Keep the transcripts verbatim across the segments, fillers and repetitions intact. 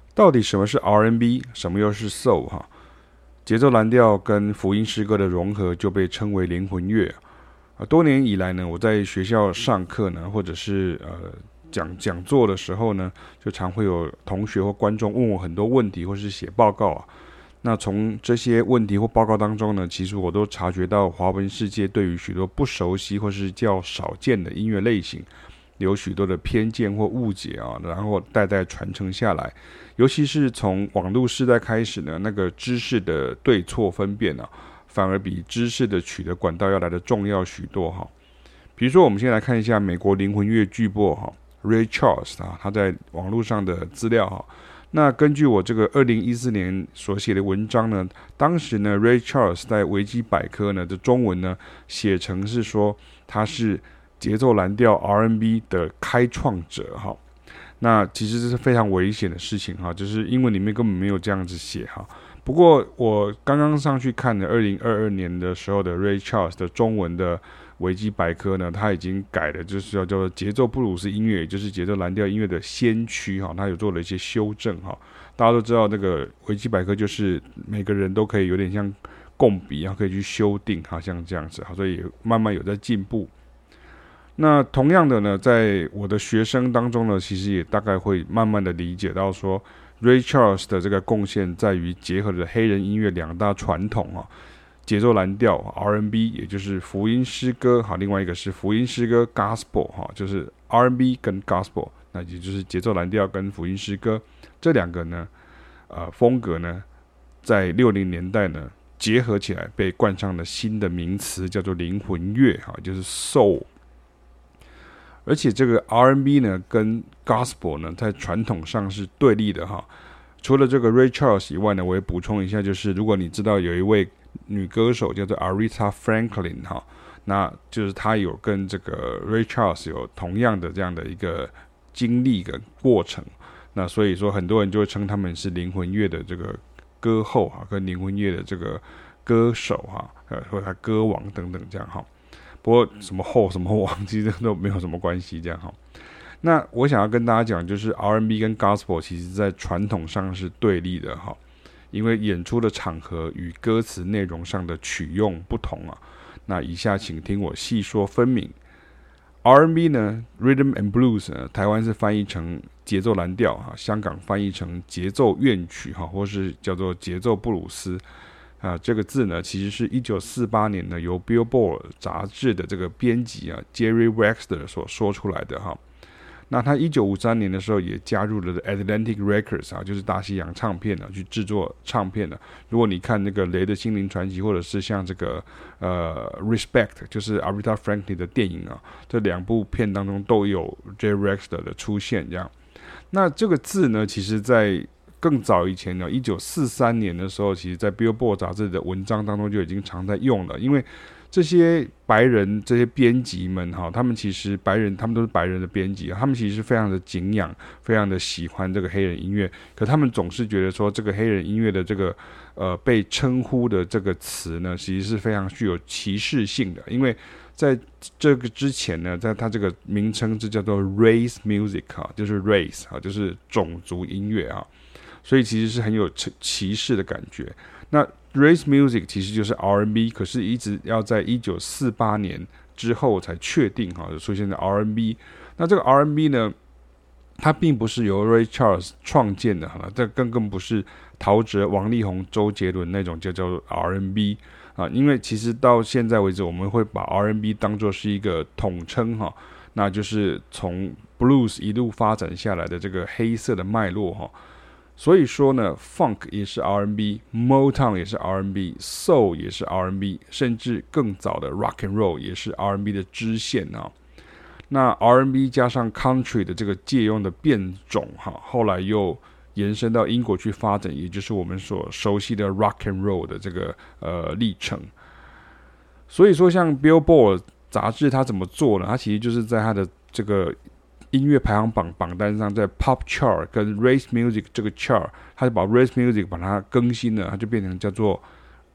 到底什么是 R and B， 什么又是 Soul 哈？节奏蓝调跟福音诗歌的融合就被称为灵魂乐啊。多年以来呢，我在学校上课呢，或者是呃讲讲座的时候呢，就常会有同学或观众问我很多问题，或是写报告啊。那从这些问题或报告当中呢，其实我都察觉到华文世界对于许多不熟悉或是较少见的音乐类型，有许多的偏见或误解啊，然后代代传承下来。尤其是从网络时代开始呢，那个知识的对错分辨啊，反而比知识的取得管道要来的重要许多哈。比如说，我们先来看一下美国灵魂乐巨擘哈 Ray Charles 啊，他在网络上的资料哈。那根据我这个二零一四年所写的文章呢，当时呢 Ray Charles 在维基百科呢的中文呢写成是说他是节奏蓝调 R and B 的开创者哈。那其实这是非常危险的事情哈，就是英文里面根本没有这样子写哈。不过我刚刚上去看的二零二二年的时候的 Ray Charles 的中文的维基百科呢，他已经改了，就是要叫做节奏布鲁斯音乐，也就是节奏蓝调音乐的先驱哈，他有做了一些修正哈。大家都知道那个维基百科就是每个人都可以有点像共笔，然后可以去修订哈，像这样子，所以慢慢有在进步。那同样的呢，在我的学生当中呢，其实也大概会慢慢的理解到说 Ray Charles 的这个贡献在于结合了黑人音乐两大传统啊，节奏蓝调 R and B， 也就是福音诗歌哈，另外一个是福音诗歌 Gospel 哈，就是 R and B 跟 Gospel， 那也就是节奏蓝调跟福音诗歌这两个呢，呃风格呢，在六零年代呢结合起来，被冠上了新的名词，叫做灵魂乐哈，就是 Soul。而且这个 R and B 呢跟 Gospel 呢在传统上是对立的哈。除了这个 Ray Charles 以外呢，我也补充一下，就是如果你知道有一位女歌手叫做 Aretha Franklin 哈，那就是她有跟这个 Ray Charles 有同样的这样的一个经历跟过程。那所以说很多人就会称他们是灵魂乐的这个歌后哈，跟灵魂乐的这个歌手哈，呃或者他歌王等等这样哈。不过什么后什么王其实都没有什么关系，这样哈。那我想要跟大家讲，就是 R and B 跟 Gospel 其实在传统上是对立的哈，因为演出的场合与歌词内容上的取用不同啊。那以下请听我细说分明。R and B 呢 ，Rhythm and Blues 呢，台湾是翻译成节奏蓝调哈，香港翻译成节奏乐曲哈，或是叫做节奏布鲁斯。啊，这个字呢，其实是一九四八年呢由 Billboard 杂志的这个编辑啊 Jerry Wexler 所说出来的哈。那他一九五三年的时候也加入了 Atlantic Records 啊，就是大西洋唱片啊，去制作唱片的。如果你看那个《雷的心灵传奇》，或者是像这个呃 Respect， 就是 Aretha Franklin 的电影啊，这两部片当中都有 Jerry Wexler 的出现。这样，那这个字呢，其实在更早以前呢，一九四三年的时候，其实在 Billboard 杂志的文章当中就已经常在用了。因为这些白人这些编辑们哈，他们其实白人，他们都是白人的编辑，他们其实非常的敬仰，非常的喜欢这个黑人音乐。可他们总是觉得说，这个黑人音乐的这个呃被称呼的这个词呢，其实是非常具有歧视性的。因为在这个之前呢，在它这个名称是叫做 race music 哈，就是 race 哈，就是种族音乐啊。所以其实是很有歧视的感觉。那 race music 其实就是 R and B， 可是一直要在一九四八年之后才确定哈，出现的 R and B。那这个 R and B 呢，它并不是由 Ray Charles 创建的哈，这更更不是陶喆、王力宏、周杰伦那种就叫做 R and B 啊。因为其实到现在为止，我们会把 R and B 当作是一个统称哈，那就是从 blues 一路发展下来的这个黑色的脉络哈。所以说呢 ，Funk 也是 R and B，Motown 也是 R and B，Soul 也是 R and B， 甚至更早的 Rock and Roll 也是 R and B 的支线啊。那 R and B 加上 Country 的这个借用的变种哈，后来又延伸到英国去发展，也就是我们所熟悉的 Rock and Roll 的这个呃历程。所以说，像 Billboard 杂志它怎么做呢？它其实就是在它的这个音乐排行榜榜单上，在 Pop Chart 跟 Race Music 这个 Chart， 它就把 Race Music 把它更新了，它就变成叫做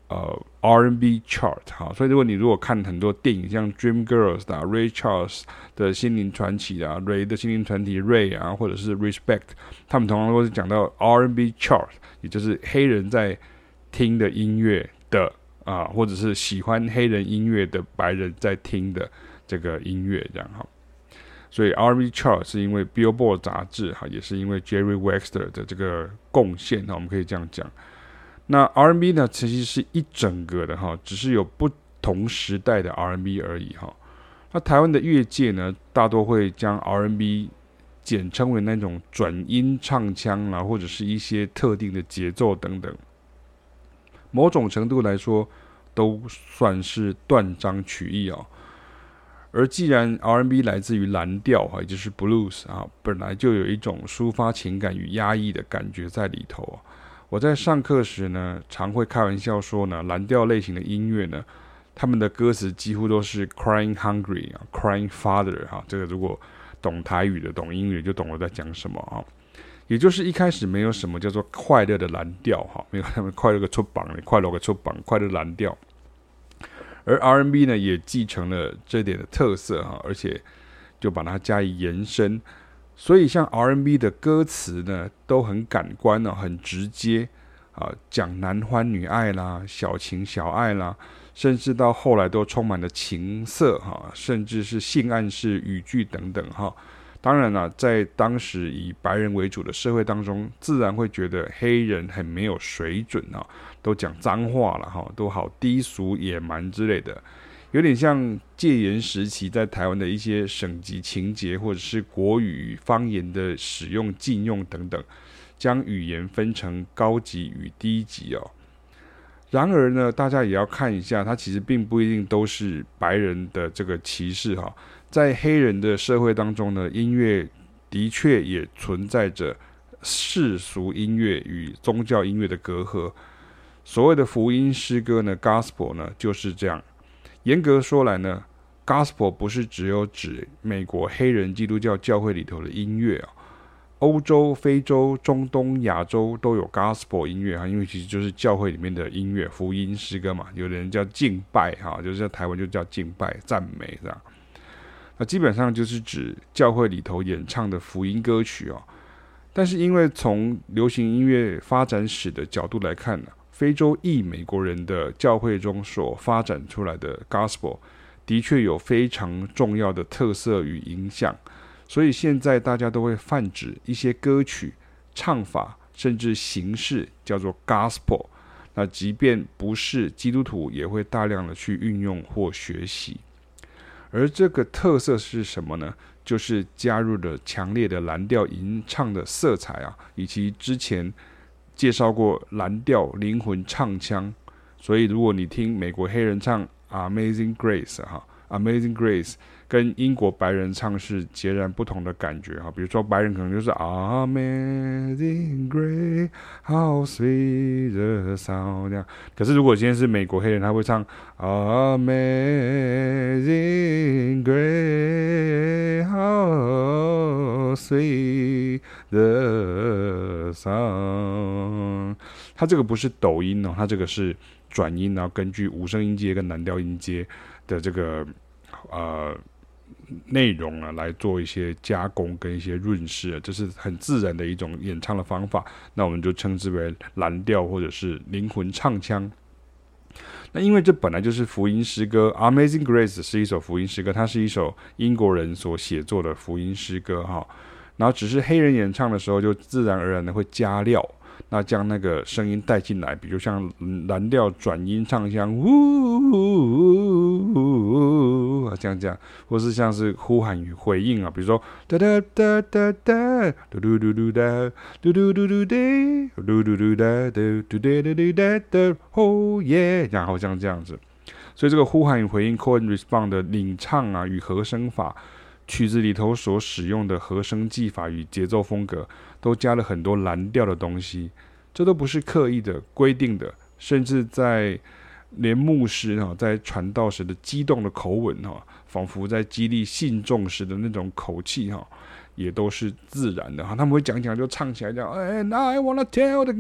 呃 R and B chart 哈，所以如果你如果看很多电影，像 Dreamgirls 啊、Ray Charles 的心灵传奇啊、Ray 的心灵传奇 Ray 啊，或者是 Respect， 他们通常都是讲到 R and B chart， 也就是黑人在听的音乐的啊，或者是喜欢黑人音乐的白人在听的这个音乐这样哈。所以 R and B chart 是因为 Billboard 杂志哈，也是因为 Jerry Wexler 的这个贡献哈，我们可以这样讲。那 R and B 呢，其实是一整个的哈，只是有不同时代的 R and B 而已哈。那台湾的乐界呢，大多会将 R and B 简称为那种转音唱腔啦，或者是一些特定的节奏等等。某种程度来说，都算是断章取义哦。而既然 R and B 来自于蓝调也就是 Blues 啊，本来就有一种抒发情感与压抑的感觉在里头啊。我在上课时呢，常会开玩笑说呢，蓝调类型的音乐呢，他们的歌词几乎都是 crying hungry 啊 ，crying father 哈、啊，这个如果懂台语的、懂英语就懂我在讲什么啊。也就是一开始没有什么叫做快乐的蓝调哈，没有他们快乐个出榜，快乐个出榜，快乐蓝调。而 R and B 呢，也继承了这点的特色哈，而且就把它加以延伸。所以像 R and B 的歌词呢，都很感官、哦、很直接啊，讲男欢女爱啦、小情小爱啦，甚至到后来都充满了情色哈，甚至是性暗示语句等等哈。当然啦，在当时以白人为主的社会当中，自然会觉得黑人很没有水准啊，都讲脏话了哈，都好低俗野蛮之类的。有点像戒严时期在台湾的一些省级情节，或者是国语方言的使用禁用等等，将语言分成高级与低级哦。然而呢，大家也要看一下，它其实并不一定都是白人的这个歧视哈。在黑人的社会当中呢，音乐的确也存在着世俗音乐与宗教音乐的隔阂。所谓的福音诗歌呢 ，Gospel 呢就是这样。严格说来呢 ，Gospel 不是只有指美国黑人基督教教会里头的音乐啊，欧洲、非洲、中东、亚洲都有 Gospel 音乐哈，因为其实就是教会里面的音乐，福音诗歌嘛，有的人叫敬拜哈，就是在台湾就叫敬拜、赞美这样。那基本上就是指教会里头演唱的福音歌曲哦。但是因为从流行音乐发展史的角度来看呢，非洲裔美国人的教会中所发展出来的 Gospel 的确有非常重要的特色与影响，所以现在大家都会泛指一些歌曲、唱法甚至形式叫做 Gospel。那即便不是基督徒，也会大量的去运用或学习。而这个特色是什么呢？就是加入了强烈的蓝调吟唱的色彩啊，以及之前介绍过蓝调灵魂唱腔。所以如果你听美国黑人唱 Amazing Grace 哈 Amazing Grace 跟英国白人唱是截然不同的感觉哈。比如说白人可能就是 Amazing Grace How sweet the sound 这样，可是如果今天是美国黑人，他会唱 Amazing Grace How sweet the sound。 他这个不是抖音哦，他这个是转音，然后根据五声音阶跟蓝调音阶的这个呃内容啊来做一些加工跟一些润饰，这是很自然的一种演唱的方法，那我们就称之为蓝调或者是灵魂唱腔。那因为这本来就是福音诗歌， Amazing Grace 是一首福音诗歌，它是一首英国人所写作的福音诗歌哈，然后只是黑人演唱的时候就自然而然的会加料，那将那个声音带进来，比如像蓝调转音唱腔，呜呜呜呜这样这样，或是像是呼喊与回应啊，比如说哒哒哒哒哒，嘟嘟嘟嘟哒，嘟嘟嘟嘟哒，嘟嘟嘟哒，嘟嘟嘟嘟哒哒，哦耶，然后像这样子。所以这个呼喊与回应 call and response 的领唱啊与和声法，曲子里头所使用的和声技法与节奏风格，都加了很多蓝调的东西，这都不是刻意的规定的，甚至在连牧师在传道时的激动的口吻，仿佛在激励信众时的那种口气， 也都是自然的哈，他们会讲讲就唱起来这样 ，And I wanna tell the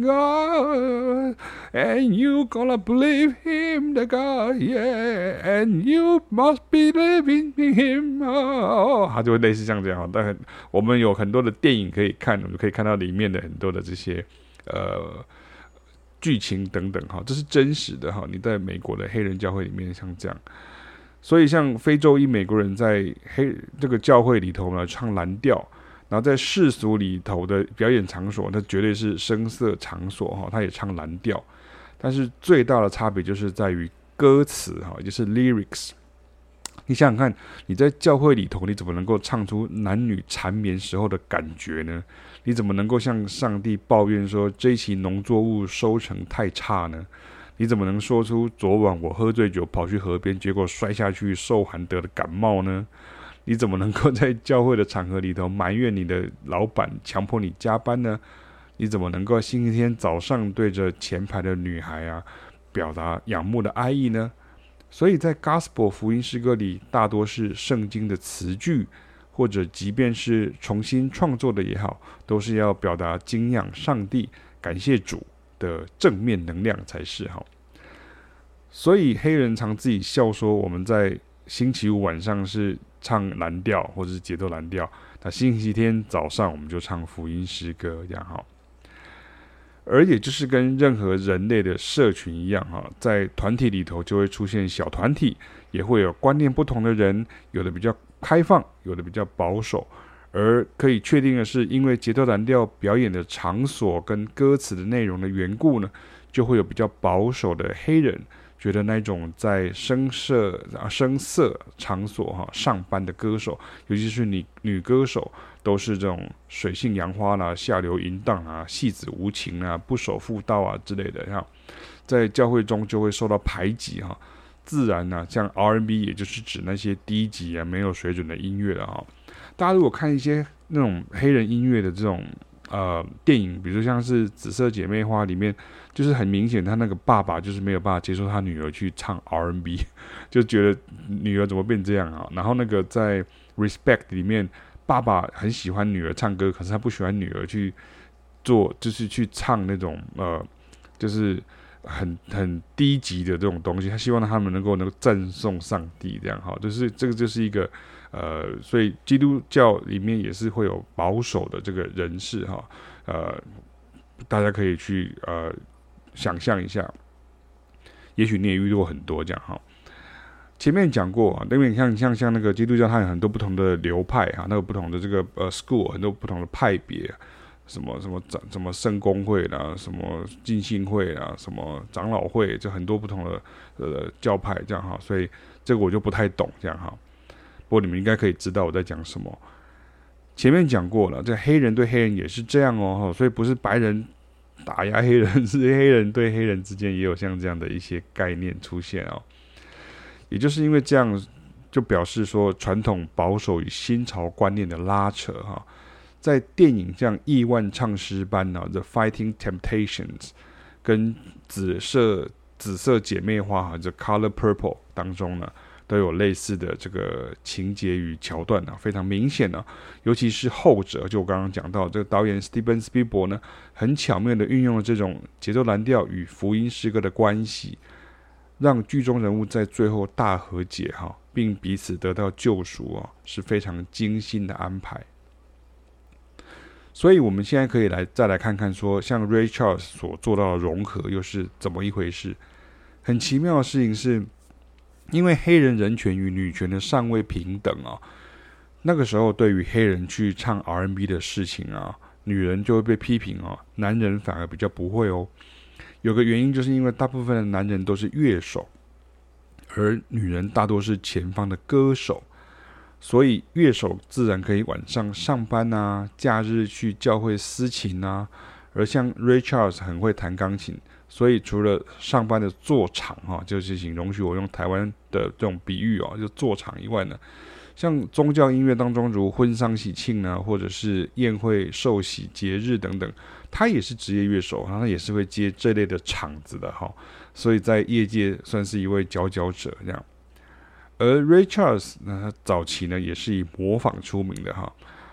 God, and you gonna believe him, the God, yeah, and you must believe in him， 哦，他就会类似像这样哈。但我们有很多的电影可以看，我们可以看到里面的很多的这些呃剧情等等哈，这是真实的哈。你在美国的黑人教会里面像这样。所以，像非洲裔美国人在黑这个教会里头呢，唱蓝调，然后在世俗里头的表演场所，那绝对是声色场所哈，他也唱蓝调。但是最大的差别就是在于歌词哈，也就是 lyrics。你想想看，你在教会里头，你怎么能够唱出男女缠绵时候的感觉呢？你怎么能够向上帝抱怨说这一期农作物收成太差呢？你怎么能说出昨晚我喝醉酒跑去河边，结果摔下去受寒得了感冒呢？你怎么能够在教会的场合里头埋怨你的老板强迫你加班呢？你怎么能够星期天早上对着前排的女孩啊表达仰慕的爱意呢？所以在 Gospel 福音诗歌里，大多是圣经的词句，或者即便是重新创作的也好，都是要表达敬仰上帝、感谢主的正面能量才是哈。所以黑人常自己笑说，我们在星期五晚上是唱蓝调或者是节奏蓝调，那星期天早上我们就唱福音诗歌这样哈。而也就是跟任何人类的社群一样哈，在团体里头就会出现小团体，也会有观念不同的人，有的比较开放，有的比较保守。而可以确定的是，因为节奏蓝调表演的场所跟歌词的内容的缘故呢，就会有比较保守的黑人觉得那种在声色啊声色场所哈上班的歌手，尤其是女女歌手，都是这种水性杨花啦、下流淫荡啊、戏子无情啊、不守妇道啊之类的哈，在教会中就会受到排挤哈。自然呢、啊，像 R and B 也就是指那些低级啊、没有水准的音乐了哈。大家如果看一些那种黑人音乐的这种呃电影，比如像是《紫色姐妹花》里面，就是很明显他那个爸爸就是没有办法接受他女儿去唱 R and B， 就觉得女儿怎么变这样啊？然后那个在 Respect 里面，爸爸很喜欢女儿唱歌，可是他不喜欢女儿去做，就是去唱那种呃，就是很很低级的这种东西。他希望他们能够能够赞颂上帝，这样哈，就是这个就是一个。呃，所以基督教里面也是会有保守的这个人士哈，呃，大家可以去呃想象一下，也许你也遇过很多这样哈。前面讲过啊，因为像像像那个基督教，它有很多不同的流派哈，那有不同的这个呃 school， 很多不同的派别，什么什么长什么圣公会啦，什么浸信会啦，什么长老会，就很多不同的呃教派这样哈，所以这个我就不太懂这样哈。不过你们应该可以知道我在讲什么。前面讲过了，这黑人对黑人也是这样哦，所以不是白人打压黑人，是黑人对黑人之间也有像这样的一些概念出现哦。也就是因为这样，就表示说传统保守与新潮观念的拉扯哈。在电影像《亿万唱诗班》呢，《The Fighting Temptations》跟紫色紫色姐妹花哈，《The Color Purple》当中呢。都有类似的这个情节与桥段啊，非常明显啊。尤其是后者，就我刚刚讲到，这个导演 Steven Spielberg 呢，很巧妙的运用了这种节奏蓝调与福音诗歌的关系，让剧中人物在最后大和解哈，并彼此得到救赎啊，是非常精心的安排。所以我们现在可以来再来看看说，像 Ray Charles 所做到的融合又是怎么一回事？很奇妙的事情是。因为黑人人权与女权的尚未平等啊，那个时候对于黑人去唱 R and B 的事情啊，女人就会被批评啊，男人反而比较不会哦。有个原因就是因为大部分的男人都是乐手，而女人大多是前方的歌手，所以乐手自然可以晚上上班啊，假日去教会司琴啊。而像 Ray Charles 很会弹钢琴。所以除了上班的坐场哈，就是请容许我用台湾的这种比喻哦，就坐场以外呢，像宗教音乐当中，如婚丧喜庆呢，或者是宴会、受洗、节日等等，他也是职业乐手，他也是会接这类的场子的哈，所以在业界算是一位佼佼者这样。而 Ray Charles 呢，他早期呢也是以模仿出名的哈，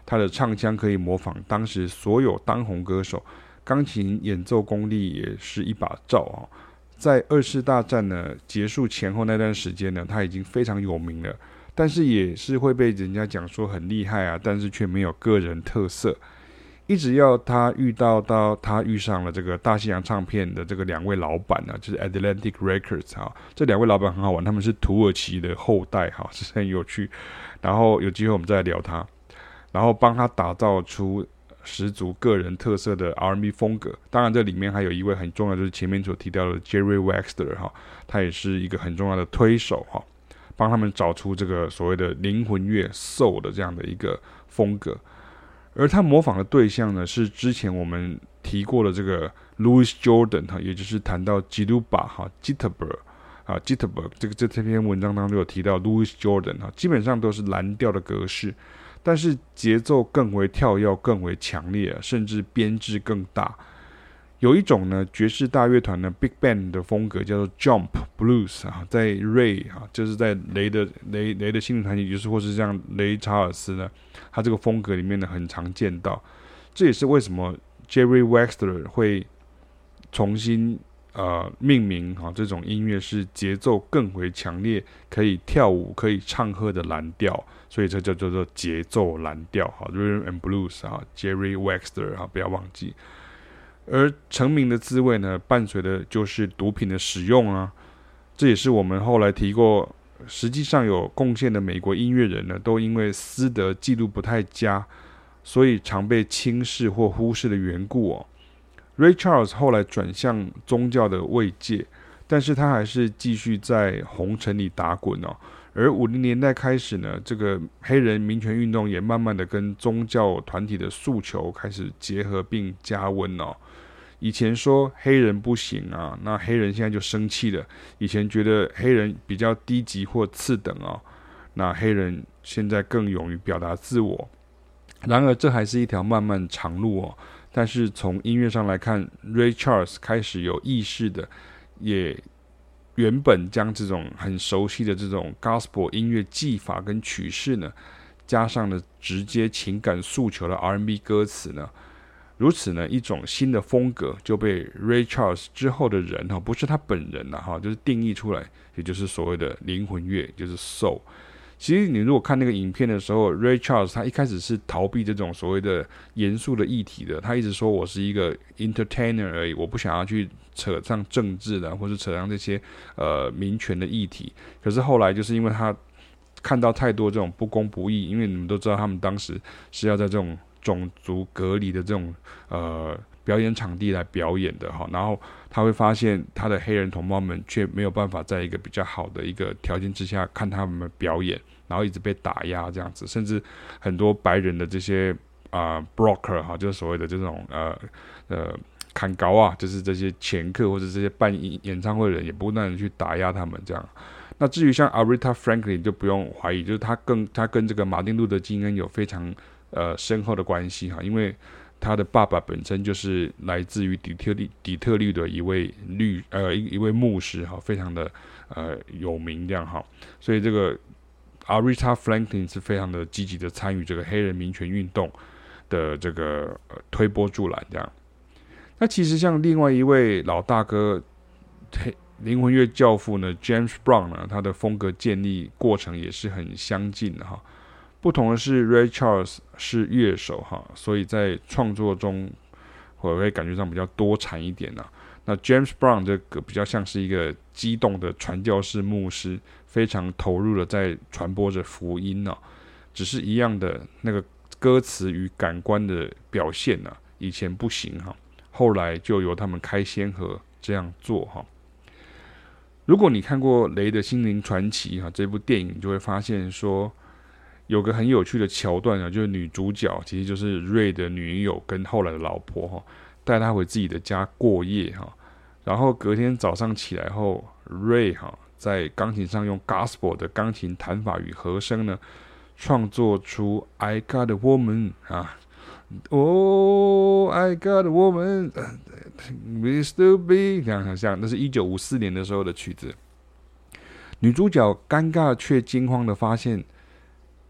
他的唱腔可以模仿当时所有当红歌手，钢琴演奏功力也是一把照啊。在二次大战呢结束前后那段时间呢，他已经非常有名了，但是也是会被人家讲说很厉害啊，但是却没有个人特色。一直要他遇到到他遇上了这个大西洋唱片的这个两位老板呢、啊，就是 Atlantic Records 哈，这两位老板很好玩，他们是土耳其的后代哈，是很有趣。然后有机会我们再来聊他，然后帮他打造出十足个人特色的 R and B 风格。当然这里面还有一位很重要，就是前面所提到的 Jerry Wexler 哈，他也是一个很重要的推手哈，帮他们找出这个所谓的灵魂乐 Soul 的这样的一个风格。而他模仿的对象呢，是之前我们提过的这个 Louis Jordan 哈，也就是谈到吉鲁巴哈 Jitterbug 啊 Jitterbug 这个这这篇文章当中有提到 Louis Jordan 哈，基本上都是蓝调的格式，但是节奏更为跳跃、更为强烈，甚至编制更大。有一种呢爵士大乐团呢 Big Band 的风格叫做 Jump Blues 啊，在 Ray 啊，就是在雷的雷雷的心灵团体，就是或是像雷查尔斯呢，他这个风格里面呢很常见到。这也是为什么 Jerry Wexler 会重新呃命名啊这种音乐是节奏更为强烈，可以跳舞、可以唱和的蓝调，所以这就叫做节奏蓝调哈 Rhythm and Blues 啊 Jerry Wexler 啊，不要忘记。而成名的滋味呢，伴随的就是毒品的使用啊，这也是我们后来提过，实际上有贡献的美国音乐人呢，都因为私德记录不太佳，所以常被轻视或忽视的缘故哦。Ray Charles 后来转向宗教的慰藉，但是他还是继续在红尘里打滚哦。而五零年代开始呢，这个黑人民权运动也慢慢的跟宗教团体的诉求开始结合并加温哦。以前说黑人不行啊，那黑人现在就生气了。以前觉得黑人比较低级或次等哦，那黑人现在更勇于表达自我。然而这还是一条漫漫长路哦。但是从音乐上来看 ，Ray Charles 开始有意识的，也原本将这种很熟悉的这种 Gospel 音乐技法跟曲式呢，加上了直接情感诉求的 R and B 歌词呢。如此呢，一种新的风格就被 Ray Charles 之后的人哈，不是他本人呐哈，就是定义出来，也就是所谓的灵魂乐，就是 Soul。其实你如果看那个影片的时候 ，Ray Charles 他一开始是逃避这种所谓的严肃的议题的，他一直说我是一个 entertainer 而已，我不想要去扯上政治的，或是扯上这些呃民权的议题。可是后来就是因为他看到太多这种不公不义，因为你们都知道他们当时是要在这种种族隔离的这种呃表演场地来表演的哈，然后他会发现他的黑人同胞们却没有办法在一个比较好的一个条件之下看他们表演，然后一直被打压这样子，甚至很多白人的这些啊、呃、broker 哈，就是所谓的这种呃呃砍高啊，就是这些掮客或者这些办演唱会的人也不断的去打压他们这样。那至于像 Aretha Franklin 就不用怀疑，就是他跟他跟这个马丁路德金恩有非常呃深厚的关系哈，因为他的爸爸本身就是来自于底特律底特律的一位律呃一一位牧师哈，非常的呃有名这样哈，所以这个 Aretha Franklin 是非常的积极的参与这个黑人民权运动的这个、呃、推波助澜这样。那其实像另外一位老大哥黑灵魂乐教父呢 James Brown 呢，他的风格建立过程也是很相近的哈。不同的是 Ray Charles 是乐手哈，所以在创作中我会感觉上比较多产一点啊。那 James Brown 这个比较像是一个激动的传教士牧师，非常投入的在传播着福音啊。只是一样的那个歌词与感官的表现啊，以前不行哈，后来就由他们开先河这样做哈。如果你看过《雷的心灵传奇》哈这部电影，就会发现说有个很有趣的桥段啊，就是女主角其实就是瑞的女友跟后来的老婆哈，带她回自己的家过夜哈，然后隔天早上起来后，瑞哈在钢琴上用 Gospel 的钢琴弹法与和声呢，创作出 I Got a Woman 啊。Oh, I got a woman, Mister B， 这样像，那是一九五四年的时候的曲子。女主角尴尬却惊慌的发现，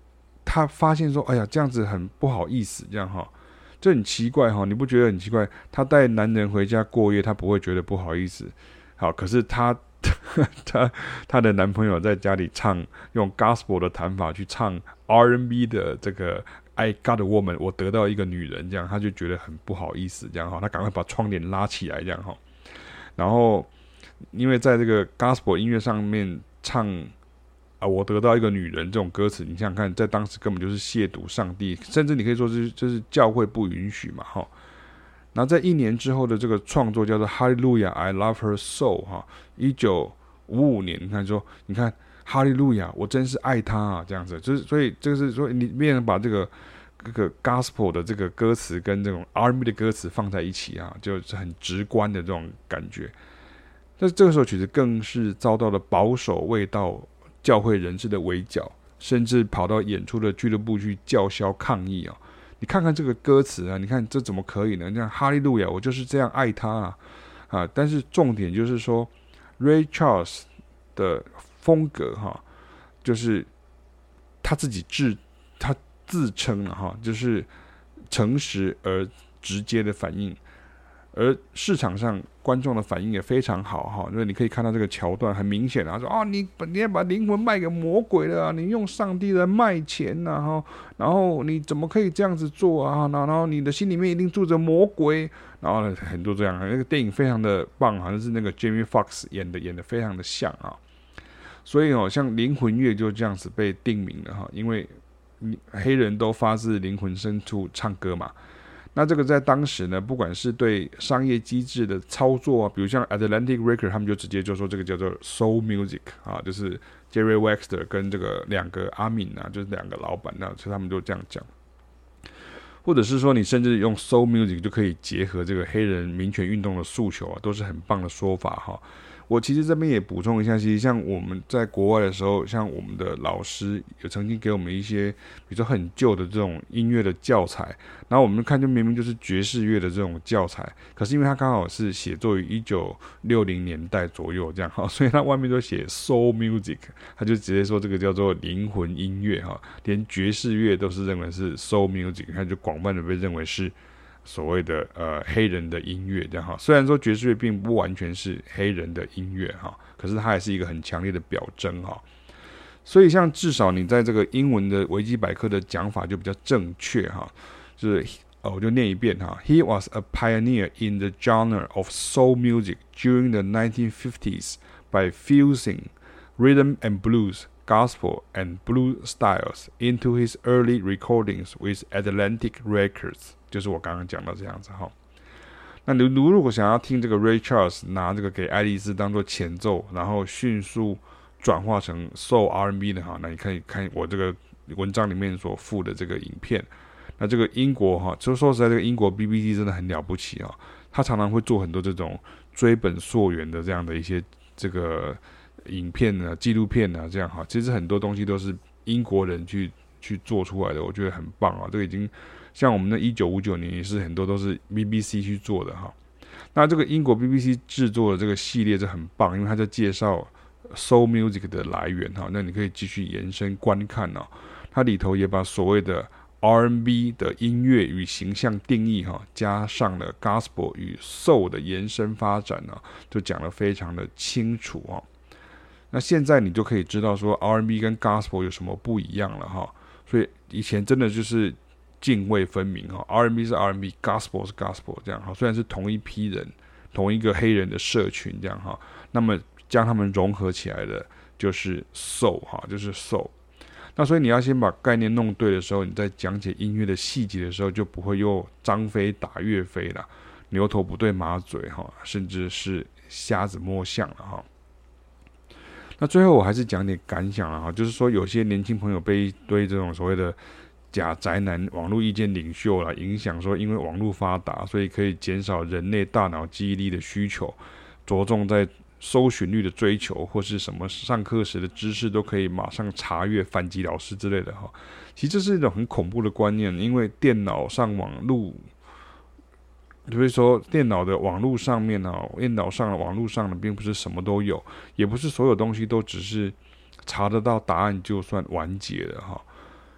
他发现说，哎呀，这样子很不好意思，这样哈，这很奇怪哈，你不觉得很奇怪？他带男人回家过夜，他不会觉得不好意思，好，可是他他他的男朋友在家里唱用 gospel 的弹法去唱 R and B 的这个 I got a woman， 我得到一个女人，这样他就觉得很不好意思，这样哈，他赶快把窗帘拉起来，这样哈，然后因为在这个 gospel 音乐上面唱啊，我得到一个女人这种歌词，你想想看，在当时根本就是亵渎上帝，甚至你可以说是就是教会不允许嘛，哈。然后在一年之后的这个创作叫做 Hallelujah I Love Her So 哈，一九五五年，你看说，你看哈利路亚，我真是爱她啊，这样子，就是所以这个是说你变成把这个这个 gospel 的这个歌词跟这种 R and B 的歌词放在一起啊，就是很直观的这种感觉。但是这个时候曲子更是遭到了保守味道教会人士的围剿，甚至跑到演出的俱乐部去叫嚣抗议啊！你看看这个歌词啊，你看这怎么可以呢？这样哈利路亚，我就是这样爱他啊！啊，但是重点就是说 ，Ray Charles 的风格哈、啊，就是他自己自他自称了哈，就是诚实而直接的反应。而市场上观众的反应也非常好哈，因为你可以看到这个桥段很明显啊，说啊你你要把灵魂卖给魔鬼了啊，你用上帝来卖钱呐、啊、然后你怎么可以这样子做啊？然后你的心里面一定住着魔鬼，然后呢很多这样，那个电影非常的棒，好像是那个 Jamie Foxx 演的演的非常的像啊，所以哦，像灵魂乐就这样子被定名了哈，因为黑人都发自灵魂深处唱歌嘛。那这个在当时呢，不管是对商业机制的操作啊，比如像 Atlantic Records， 他们就直接就说这个叫做 Soul Music 啊，就是 Jerry Wexler 跟这个两个阿敏啊，就是两个老板啊，所以他们就这样讲。或者是说，你甚至用 Soul Music 就可以结合这个黑人民权运动的诉求啊，都是很棒的说法哈。我其实这边也补充一下，其实像我们在国外的时候，像我们的老师有曾经给我们一些，比如说很旧的这种音乐的教材，然后我们看就明明就是爵士乐的这种教材，可是因为它刚好是写作于一九六零年代左右这样哈，所以它外面都写 Soul Music， 他就直接说这个叫做灵魂音乐哈，连爵士乐都是认为是 Soul Music， 它就广泛的被认为是所谓的呃黑人的音乐这样哈，虽然说爵士乐并不完全是黑人的音乐哈，可是它还是一个很强烈的表征哈。所以像至少你在这个英文的维基百科的讲法就比较正确哈，就是呃我就念一遍哈 ，He was a pioneer in the genre of soul music during the nineteen fifties by fusing rhythm and blues, gospel and blues styles into his early recordings with Atlantic Records。就是我刚刚讲到这样子哈，那你如果想要听这个 Ray Charles 拿这个给爱丽丝当做前奏，然后迅速转化成 Soul R and B 的哈，那你可以看我这个文章里面所附的这个影片。那这个英国哈，就说实在，这个英国 B B C 真的很了不起啊，他常常会做很多这种追本溯源的这样的一些这个影片啊、纪录片啊，这样哈，其实很多东西都是英国人去去做出来的，我觉得很棒啊，这个已经。像我们的一九五九年也是很多都是 B B C 去做的哈，那这个英国 B B C 制作的这个系列是很棒，因为它在介绍 Soul Music 的来源哈，那你可以继续延伸观看哦。它里头也把所谓的 R and B 的音乐与形象定义哈，加上了 Gospel 与 Soul 的延伸发展呢，就讲得非常的清楚哦。那现在你就可以知道说 R and B 跟 Gospel 有什么不一样了哈，所以以前真的就是泾渭分明哈 ，R and B 是 R and B，Gospel 是 Gospel 这样哈，虽然是同一批人，同一个黑人的社群这样哈，那么将他们融合起来的就是 Soul 哈，就是 Soul。那所以你要先把概念弄对的时候，你在讲解音乐的细节的时候，就不会又张飞打岳飞了，牛头不对马嘴哈，甚至是瞎子摸象了哈。那最后我还是讲点感想了哈，就是说有些年轻朋友被一堆这种所谓的假宅男网络意见领袖啦影响，说因为网络发达，所以可以减少人类大脑记忆力的需求，着重在搜寻率的追求，或是什么上课时的知识都可以马上查阅反击老师之类的哈。其实这是一种很恐怖的观念，因为电脑上网络，所以说电脑的网络上面啊，电脑上的网络上的并不是什么都有，也不是所有东西都只是查得到答案就算完结的哈。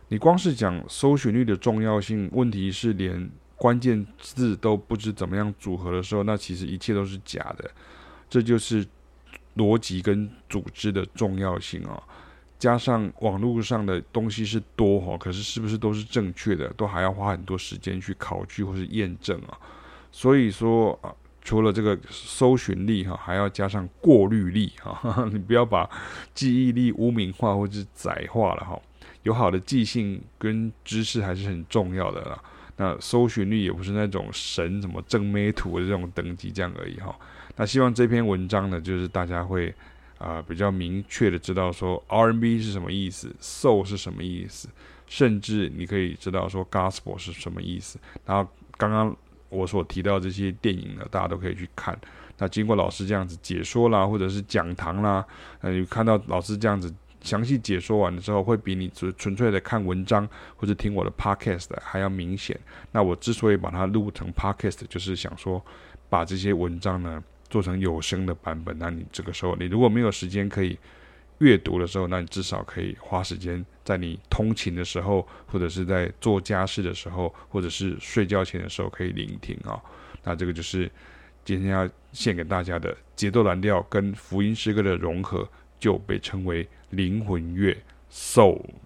你光是讲搜寻率的重要性，问题是连关键字都不知怎么样组合的时候，那其实一切都是假的。这就是逻辑跟组织的重要性啊。加上网络上的东西是多哈，可是是不是都是正确的，都还要花很多时间去考据或是验证啊。所以说啊，除了这个搜寻力哈，还要加上过滤力哈，你不要把记忆力污名化或是窄化了哈。有好的记性跟知识还是很重要的啦。那搜寻率也不是那种神什么正妹图的这种等级这样而已哈。那希望这篇文章呢，就是大家会啊、呃、比较明确的知道说 R and B 是什么意思 ，Soul 是什么意思，甚至你可以知道说 Gospel 是什么意思。然后刚刚我所提到这些电影呢，大家都可以去看。那经过老师这样子解说啦，或者是讲堂啦，呃，你看到老师这样子详细解说完的时候，会比你纯粹的看文章或者听我的 podcast 还要明显。那我之所以把它录成 podcast， 就是想说把这些文章呢做成有声的版本。那你这个时候，你如果没有时间可以阅读的时候，那你至少可以花时间在你通勤的时候，或者是在做家事的时候，或者是睡觉前的时候可以聆听啊。那这个就是今天要献给大家的节奏蓝调跟福音诗歌的融合，就被称为灵魂乐 Soul。